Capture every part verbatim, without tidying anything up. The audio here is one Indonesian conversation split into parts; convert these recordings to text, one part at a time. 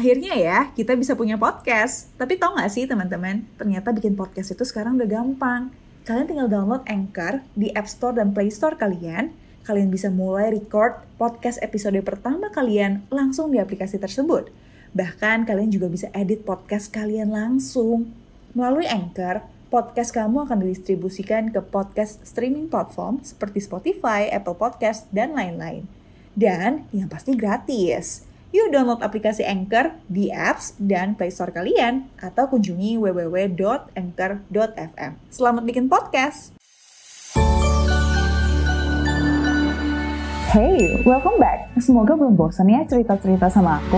Akhirnya ya, kita bisa punya podcast. Tapi tau gak sih teman-teman, ternyata bikin podcast itu sekarang udah gampang. Kalian tinggal download Anchor di App Store dan Play Store kalian. Kalian bisa mulai record podcast episode pertama kalian langsung di aplikasi tersebut. Bahkan kalian juga bisa edit podcast kalian langsung. Melalui Anchor, podcast kamu akan didistribusikan ke podcast streaming platform seperti Spotify, Apple Podcast, dan lain-lain. Dan yang pasti gratis. Yuk download aplikasi Anchor di apps dan Play Store kalian atau kunjungi w w w dot anchor dot f m. Selamat bikin podcast! Hey, welcome back. Semoga belum bosan ya cerita-cerita sama aku.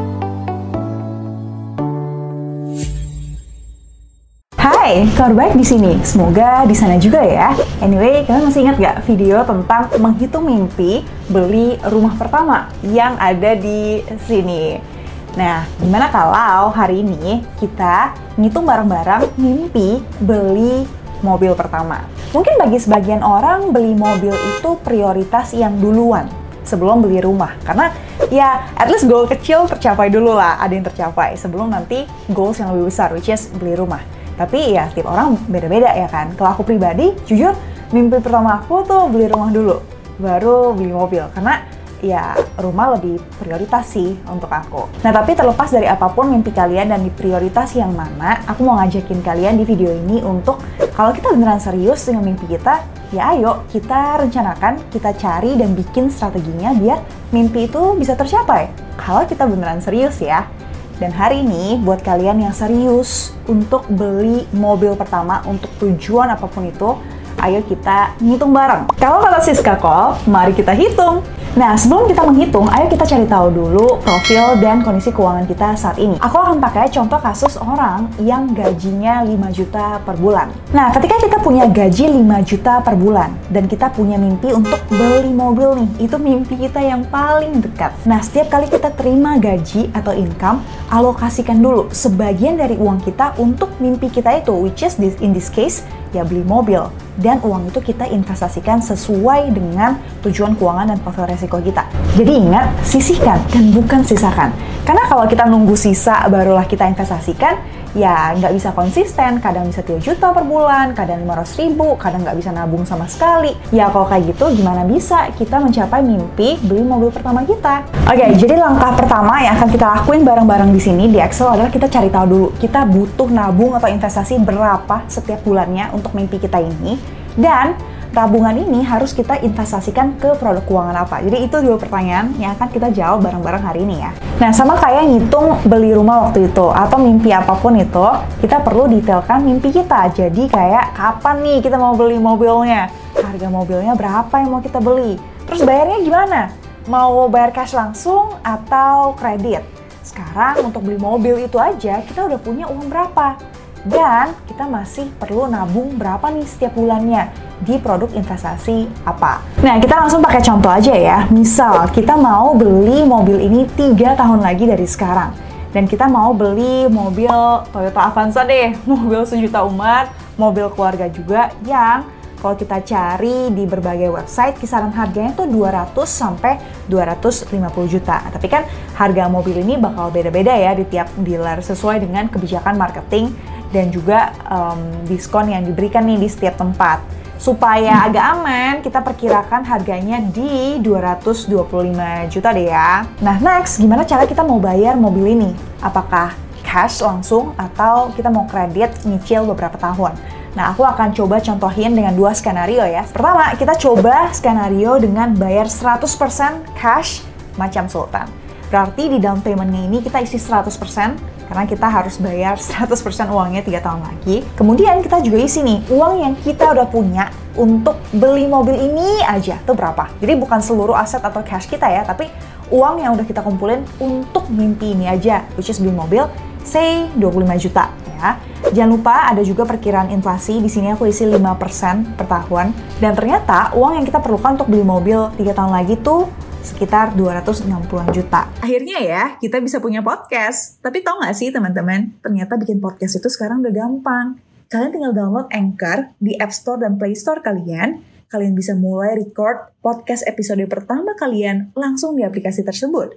Hai, kabar baik di sini. Semoga di sana juga ya. Anyway, kalian masih ingat gak video tentang menghitung mimpi beli rumah pertama yang ada di sini? Nah, gimana kalau hari ini kita ngitung bareng-bareng mimpi beli mobil pertama? Mungkin bagi sebagian orang beli mobil itu prioritas yang duluan sebelum beli rumah. Karena ya at least goal kecil tercapai dulu lah, ada yang tercapai sebelum nanti goals yang lebih besar, which is beli rumah. Tapi ya setiap orang beda-beda ya kan. Kalau aku pribadi, jujur mimpi pertama aku tuh beli rumah dulu, baru beli mobil. Karena ya rumah lebih prioritas sih untuk aku. Nah tapi terlepas dari apapun mimpi kalian dan di prioritas yang mana, aku mau ngajakin kalian di video ini untuk kalau kita beneran serius dengan mimpi kita, ya ayo kita rencanakan, kita cari dan bikin strateginya biar mimpi itu bisa tercapai. Kalau kita beneran serius ya. Dan hari ini buat kalian yang serius untuk beli mobil pertama untuk tujuan apapun itu, ayo kita ngitung bareng. Kalau kata Siska Call, mari kita hitung. Nah, sebelum kita menghitung, ayo kita cari tahu dulu profil dan kondisi keuangan kita saat ini. Aku akan pakai contoh kasus orang yang gajinya lima juta per bulan. Nah, ketika kita punya gaji lima juta per bulan dan kita punya mimpi untuk beli mobil nih, itu mimpi kita yang paling dekat. Nah, setiap kali kita terima gaji atau income, alokasikan dulu sebagian dari uang kita untuk mimpi kita itu, which is this, in this case, ya beli mobil. Dan uang itu kita investasikan sesuai dengan tujuan keuangan dan profil resiko kita. Jadi ingat, sisihkan dan bukan sisakan. Karena kalau kita nunggu sisa barulah kita investasikan, ya nggak bisa konsisten. Kadang bisa tiga juta per bulan, kadang lima ratus ribu, kadang nggak bisa nabung sama sekali. Ya kalau kayak gitu, gimana bisa kita mencapai mimpi beli mobil pertama kita? Oke, jadi langkah pertama yang akan kita lakuin bareng-bareng di sini di Excel adalah kita cari tahu dulu kita butuh nabung atau investasi berapa setiap bulannya untuk mimpi kita ini. Dan tabungan ini harus kita investasikan ke produk keuangan apa. Jadi itu dua pertanyaan yang akan kita jawab bareng-bareng hari ini ya. Nah, sama kayak ngitung beli rumah waktu itu atau mimpi apapun itu, kita perlu detailkan mimpi kita. Jadi kayak kapan nih kita mau beli mobilnya? Harga mobilnya berapa yang mau kita beli? Terus bayarnya gimana? Mau bayar cash langsung atau kredit? Sekarang untuk beli mobil itu aja kita udah punya uang berapa? Dan kita masih perlu nabung berapa nih setiap bulannya di produk investasi apa. Nah, kita langsung pakai contoh aja ya. Misal kita mau beli mobil ini tiga tahun lagi dari sekarang. Dan kita mau beli mobil Toyota Avanza deh, mobil sejuta umat, mobil keluarga juga yang kalau kita cari di berbagai website kisaran harganya tuh dua ratus sampai dua ratus lima puluh juta. Tapi kan harga mobil ini bakal beda-beda ya di tiap dealer sesuai dengan kebijakan marketing dan juga um, diskon yang diberikan nih di setiap tempat. Supaya agak aman, kita perkirakan harganya di dua ratus dua puluh lima juta deh ya. Nah, next, gimana cara kita mau bayar mobil ini? Apakah cash langsung atau kita mau kredit nyicil beberapa tahun? Nah, aku akan coba contohin dengan dua skenario ya. Pertama, kita coba skenario dengan bayar seratus persen cash macam Sultan. Berarti di down payment-nya ini kita isi seratus persen karena kita harus bayar seratus persen uangnya tiga tahun lagi. Kemudian kita juga isi nih, uang yang kita udah punya untuk beli mobil ini aja tuh berapa. Jadi bukan seluruh aset atau cash kita ya, tapi uang yang udah kita kumpulin untuk mimpi ini aja, which is beli mobil, say dua puluh lima juta ya. Jangan lupa ada juga perkiraan inflasi, di sini aku isi lima persen per tahun. Dan ternyata uang yang kita perlukan untuk beli mobil tiga tahun lagi tuh sekitar dua ratus enam puluhan juta. Akhirnya ya, kita bisa punya podcast. Tapi tau gak sih teman-teman, ternyata bikin podcast itu sekarang udah gampang. Kalian tinggal download Anchor di App Store dan Play Store kalian. Kalian bisa mulai record podcast episode pertama kalian langsung di aplikasi tersebut.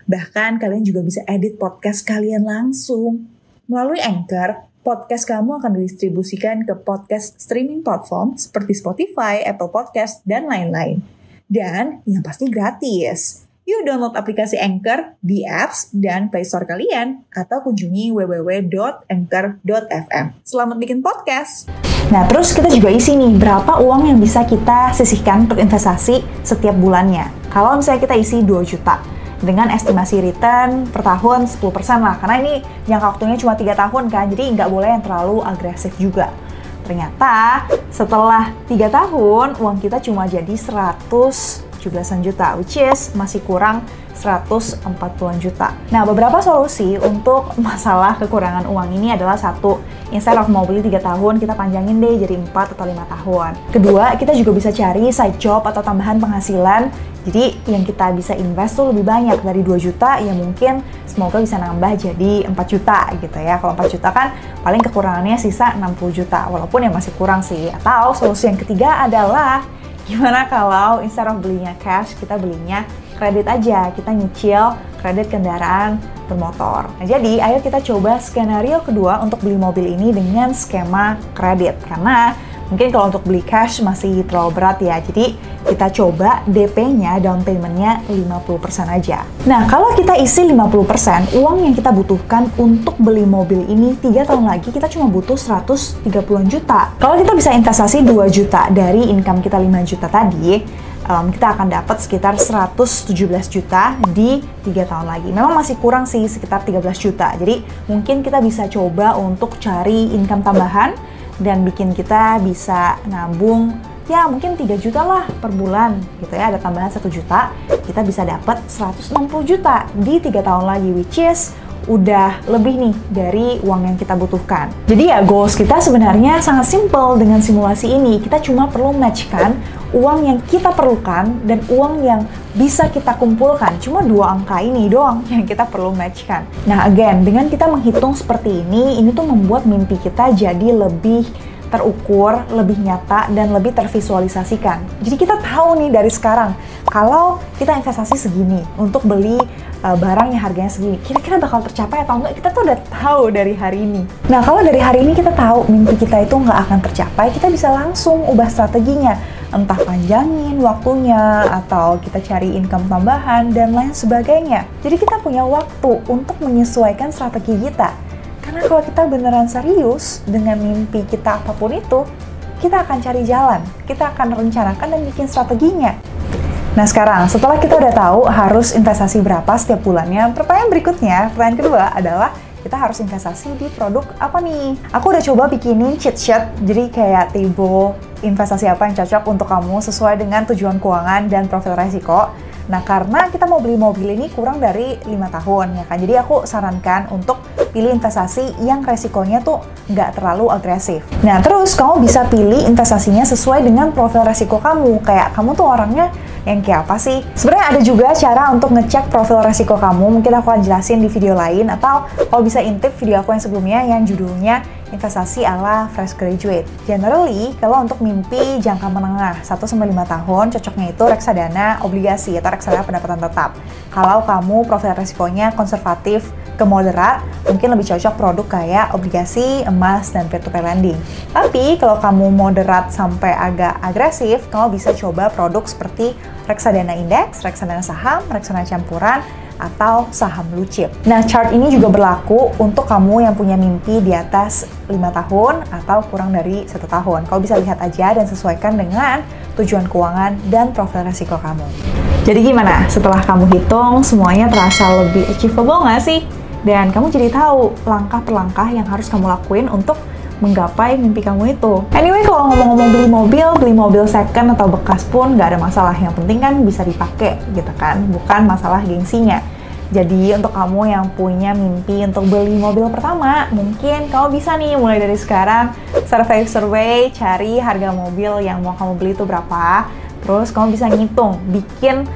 Bahkan kalian juga bisa edit podcast kalian langsung. Melalui Anchor, podcast kamu akan didistribusikan ke podcast streaming platform seperti Spotify, Apple Podcast, dan lain-lain. Dan yang pasti gratis. Yuk download aplikasi Anchor di apps dan Play Store kalian atau kunjungi w w w dot anchor dot f m. Selamat bikin podcast! Nah, terus kita juga isi nih, berapa uang yang bisa kita sisihkan untuk investasi setiap bulannya. Kalau misalnya kita isi dua juta, dengan estimasi return per tahun sepuluh persen lah. Karena ini jangka waktunya cuma tiga tahun kan, jadi nggak boleh yang terlalu agresif juga. Ternyata setelah tiga tahun, uang kita cuma jadi seratus tujuh belasan juta, which is masih kurang seratus empat puluhan juta. Nah, beberapa solusi untuk masalah kekurangan uang ini adalah satu, instead of mau beli tiga tahun, kita panjangin deh jadi empat atau lima tahun. Kedua, kita juga bisa cari side job atau tambahan penghasilan. Jadi yang kita bisa invest tuh lebih banyak, dari dua juta ya mungkin semoga bisa nambah jadi empat juta gitu ya. Kalau empat juta kan paling kekurangannya sisa enam puluh juta, walaupun ya masih kurang sih. Atau solusi yang ketiga adalah gimana kalau instead of belinya cash, kita belinya kredit aja, kita nyicil kredit kendaraan bermotor. Nah, jadi ayo kita coba skenario kedua untuk beli mobil ini dengan skema kredit. Karena mungkin kalau untuk beli cash masih terlalu berat ya, jadi kita coba D P-nya, down payment-nya lima puluh persen aja. Nah, kalau kita isi lima puluh persen, uang yang kita butuhkan untuk beli mobil ini tiga tahun lagi kita cuma butuh seratus tiga puluh juta. Kalau kita bisa investasi dua juta dari income kita lima juta tadi, um, kita akan dapat sekitar seratus tujuh belas juta di tiga tahun lagi. Memang masih kurang sih, sekitar tiga belas juta. Jadi mungkin kita bisa coba untuk cari income tambahan dan bikin kita bisa nabung ya mungkin tiga juta lah per bulan gitu ya, ada tambahan satu juta, kita bisa dapat seratus enam puluh juta di tiga tahun lagi, which is udah lebih nih dari uang yang kita butuhkan. Jadi ya goals kita sebenarnya sangat simple dengan simulasi ini. Kita cuma perlu matchkan uang yang kita perlukan dan uang yang bisa kita kumpulkan. Cuma dua angka ini doang yang kita perlu matchkan. Nah again, dengan kita menghitung seperti ini, ini tuh membuat mimpi kita jadi lebih terukur, lebih nyata, dan lebih tervisualisasikan. Jadi kita tahu nih dari sekarang, kalau kita investasi segini untuk beli uh, barang yang harganya segini, kira-kira bakal tercapai atau enggak, kita tuh udah tahu dari hari ini. Nah, kalau dari hari ini kita tahu mimpi kita itu nggak akan tercapai, kita bisa langsung ubah strateginya. Entah panjangin waktunya, atau kita cari income tambahan, dan lain sebagainya. Jadi kita punya waktu untuk menyesuaikan strategi kita. Karena kalau kita beneran serius dengan mimpi kita apapun itu, kita akan cari jalan, kita akan rencanakan dan bikin strateginya. Nah sekarang, setelah kita udah tahu harus investasi berapa setiap bulannya, pertanyaan berikutnya, pertanyaan kedua adalah kita harus investasi di produk apa nih? Aku udah coba bikinin cheat sheet, jadi kayak table investasi apa yang cocok untuk kamu sesuai dengan tujuan keuangan dan profil resiko. Nah, karena kita mau beli mobil ini kurang dari lima tahun, ya kan? Jadi aku sarankan untuk pilih investasi yang resikonya tuh nggak terlalu agresif. Nah, terus kamu bisa pilih investasinya sesuai dengan profil resiko kamu. Kayak kamu tuh orangnya yang kayak apa sih? Sebenarnya ada juga cara untuk ngecek profil resiko kamu. Mungkin aku akan jelasin di video lain, atau kalau bisa intip video aku yang sebelumnya yang judulnya investasi ala fresh graduate. Generally, kalau untuk mimpi jangka menengah satu sampai lima tahun, cocoknya itu reksadana obligasi atau reksadana pendapatan tetap. Kalau kamu profil resikonya konservatif ke moderat, mungkin lebih cocok produk kayak obligasi, emas, dan peer-to-peer lending. Tapi kalau kamu moderat sampai agak agresif, kamu bisa coba produk seperti reksadana indeks, reksadana saham, reksadana campuran, atau saham blue chip. Nah, chart ini juga berlaku untuk kamu yang punya mimpi di atas lima tahun atau kurang dari satu tahun. Kau bisa lihat aja dan sesuaikan dengan tujuan keuangan dan profil resiko kamu. Jadi gimana? Setelah kamu hitung, semuanya terasa lebih achievable nggak sih? Dan kamu jadi tahu langkah per langkah yang harus kamu lakuin untuk menggapai mimpi kamu itu. Anyway, kalau ngomong-ngomong beli mobil, beli mobil second atau bekas pun nggak ada masalah. Yang penting kan bisa dipakai gitu kan, bukan masalah gengsinya. Jadi untuk kamu yang punya mimpi untuk beli mobil pertama, mungkin kamu bisa nih mulai dari sekarang survei-survei, cari harga mobil yang mau kamu beli itu berapa. Terus kamu bisa ngitung, bikin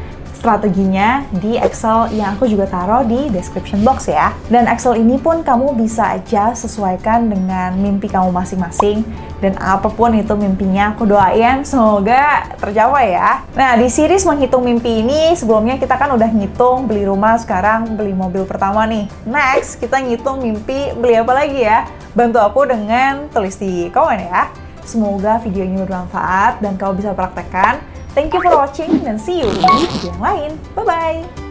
strateginya di Excel yang aku juga taruh di description box ya. Dan Excel ini pun kamu bisa aja sesuaikan dengan mimpi kamu masing-masing. Dan apapun itu mimpinya, aku doain semoga tercapai ya. Nah, di series menghitung mimpi ini, sebelumnya kita kan udah ngitung beli rumah, sekarang beli mobil pertama nih. Next, kita ngitung mimpi beli apa lagi ya? Bantu aku dengan tulis di komen ya. Semoga video ini bermanfaat dan kamu bisa praktekkan. Thank you for watching dan see you di video yang lain. Bye-bye!